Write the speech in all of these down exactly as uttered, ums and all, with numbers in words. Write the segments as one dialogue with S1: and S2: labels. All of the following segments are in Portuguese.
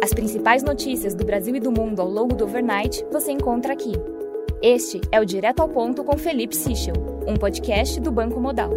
S1: As principais notícias do Brasil e do mundo ao longo do overnight você encontra aqui. Este é o Direto ao Ponto com Felipe Sichel, um podcast do Banco Modal.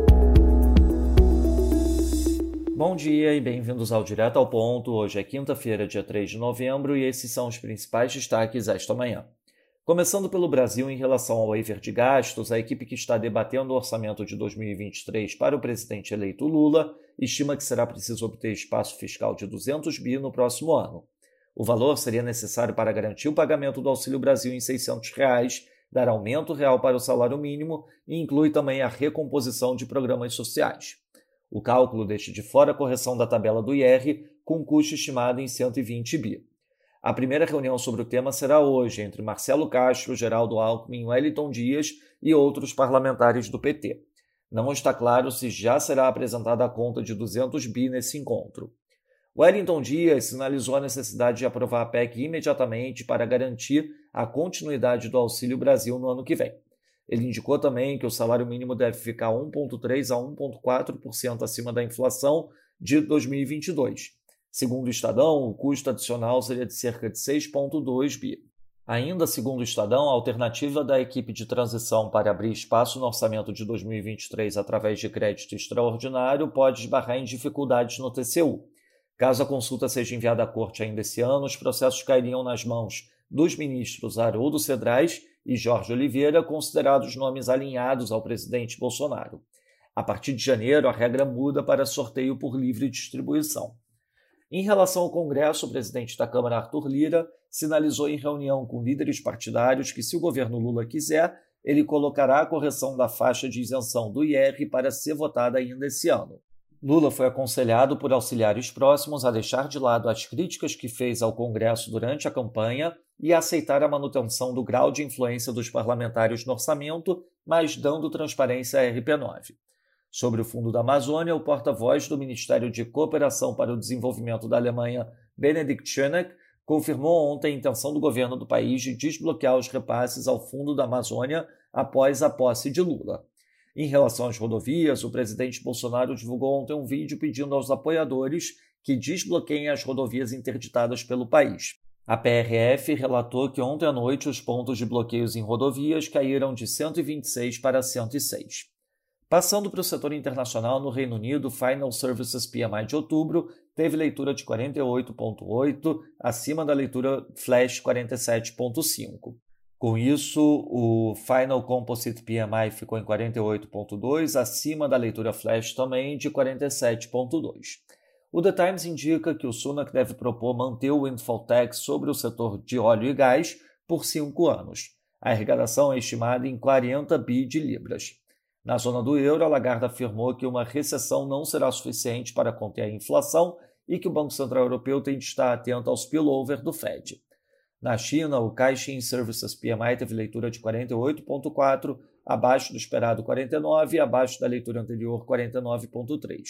S2: Bom dia e bem-vindos ao Direto ao Ponto. Hoje é quinta-feira, dia três de novembro, e esses são os principais destaques esta manhã. Começando pelo Brasil, em relação ao waiver de gastos, a equipe que está debatendo o orçamento de dois mil e vinte e três para o presidente eleito Lula estima que será preciso obter espaço fiscal de duzentos bi no próximo ano. O valor seria necessário para garantir o pagamento do Auxílio Brasil em seiscentos reais, dar aumento real para o salário mínimo e inclui também a recomposição de programas sociais. O cálculo deixa de fora a correção da tabela do I R, com custo estimado em cento e vinte bi. A primeira reunião sobre o tema será hoje, entre Marcelo Castro, Geraldo Alckmin, Wellington Dias e outros parlamentares do P T. Não está claro se já será apresentada a conta de duzentos bi nesse encontro. Wellington Dias sinalizou a necessidade de aprovar a P E C imediatamente para garantir a continuidade do Auxílio Brasil no ano que vem. Ele indicou também que o salário mínimo deve ficar um vírgula três a um vírgula quatro por cento acima da inflação de dois mil e vinte e dois. Segundo o Estadão, o custo adicional seria de cerca de seis vírgula dois bi. Ainda segundo o Estadão, a alternativa da equipe de transição para abrir espaço no orçamento de dois mil e vinte e três através de crédito extraordinário pode esbarrar em dificuldades no T C U. Caso a consulta seja enviada à corte ainda esse ano, os processos cairiam nas mãos dos ministros Haroldo Cedrais e Jorge Oliveira, considerados nomes alinhados ao presidente Bolsonaro. A partir de janeiro, a regra muda para sorteio por livre distribuição. Em relação ao Congresso, o presidente da Câmara, Arthur Lira, sinalizou em reunião com líderes partidários que, se o governo Lula quiser, ele colocará a correção da faixa de isenção do I R para ser votada ainda esse ano. Lula foi aconselhado por auxiliares próximos a deixar de lado as críticas que fez ao Congresso durante a campanha e a aceitar a manutenção do grau de influência dos parlamentares no orçamento, mas dando transparência à R P nove. Sobre o Fundo da Amazônia, o porta-voz do Ministério de Cooperação para o Desenvolvimento da Alemanha, Benedikt Schöneck, confirmou ontem a intenção do governo do país de desbloquear os repasses ao Fundo da Amazônia após a posse de Lula. Em relação às rodovias, o presidente Bolsonaro divulgou ontem um vídeo pedindo aos apoiadores que desbloqueiem as rodovias interditadas pelo país. A P R F relatou que ontem à noite os pontos de bloqueios em rodovias caíram de cento e vinte e seis para cento e seis. Passando para o setor internacional, no Reino Unido, o Final Services P M I de outubro teve leitura de quarenta e oito vírgula oito, acima da leitura Flash quarenta e sete vírgula cinco. Com isso, o Final Composite P M I ficou em quarenta e oito vírgula dois, acima da leitura Flash também de quarenta e sete vírgula dois. O The Times indica que o Sunak deve propor manter o windfall tax sobre o setor de óleo e gás por cinco anos. A arrecadação é estimada em quarenta bi de libras. Na zona do euro, a Lagarde afirmou que uma recessão não será suficiente para conter a inflação e que o Banco Central Europeu tem de estar atento ao spillover do Fed. Na China, o Caixin Services P M I teve leitura de quarenta e oito vírgula quatro, abaixo do esperado quarenta e nove e abaixo da leitura anterior quarenta e nove vírgula três.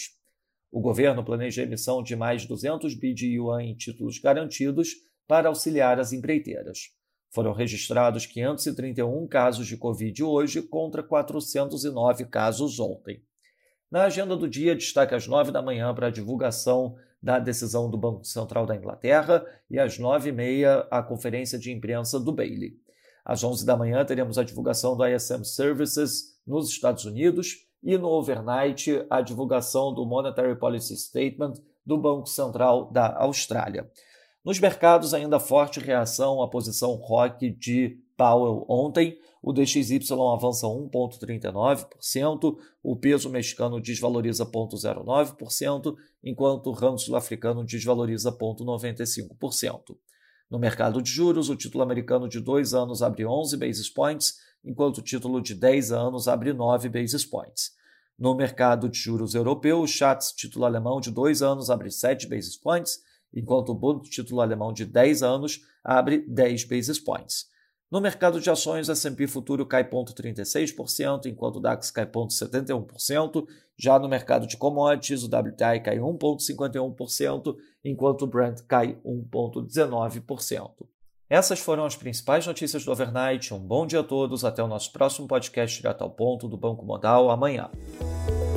S2: O governo planeja a emissão de mais duzentos bi de yuan em títulos garantidos para auxiliar as empreiteiras. Foram registrados quinhentos e trinta e um casos de Covid hoje contra quatrocentos e nove casos ontem. Na agenda do dia, destaque às nove da manhã para a divulgação da decisão do Banco Central da Inglaterra e às nove e meia a conferência de imprensa do Bailey. Às onze da manhã teremos a divulgação do I S M Services nos Estados Unidos e no overnight a divulgação do Monetary Policy Statement do Banco Central da Austrália. Nos mercados, ainda forte reação à posição rock de Powell ontem. O D X Y avança um vírgula trinta e nove por cento, o peso mexicano desvaloriza zero vírgula zero nove por cento, enquanto o rand sul-africano desvaloriza zero vírgula noventa e cinco por cento. No mercado de juros, o título americano de dois anos abre onze basis points, enquanto o título de dez anos abre nove basis points. No mercado de juros europeu, o Schatz, título alemão de dois anos, abre sete basis points, enquanto o Bund, título alemão de dez anos, abre dez basis points. No mercado de ações, o S and P futuro cai zero vírgula trinta e seis por cento, enquanto o DAX cai zero vírgula setenta e um por cento. Já no mercado de commodities, o W T I cai um vírgula cinquenta e um por cento, enquanto o Brent cai um vírgula dezenove por cento. Essas foram as principais notícias do overnight. Um bom dia a todos. Até o nosso próximo podcast Direto ao Ponto do Banco Modal amanhã.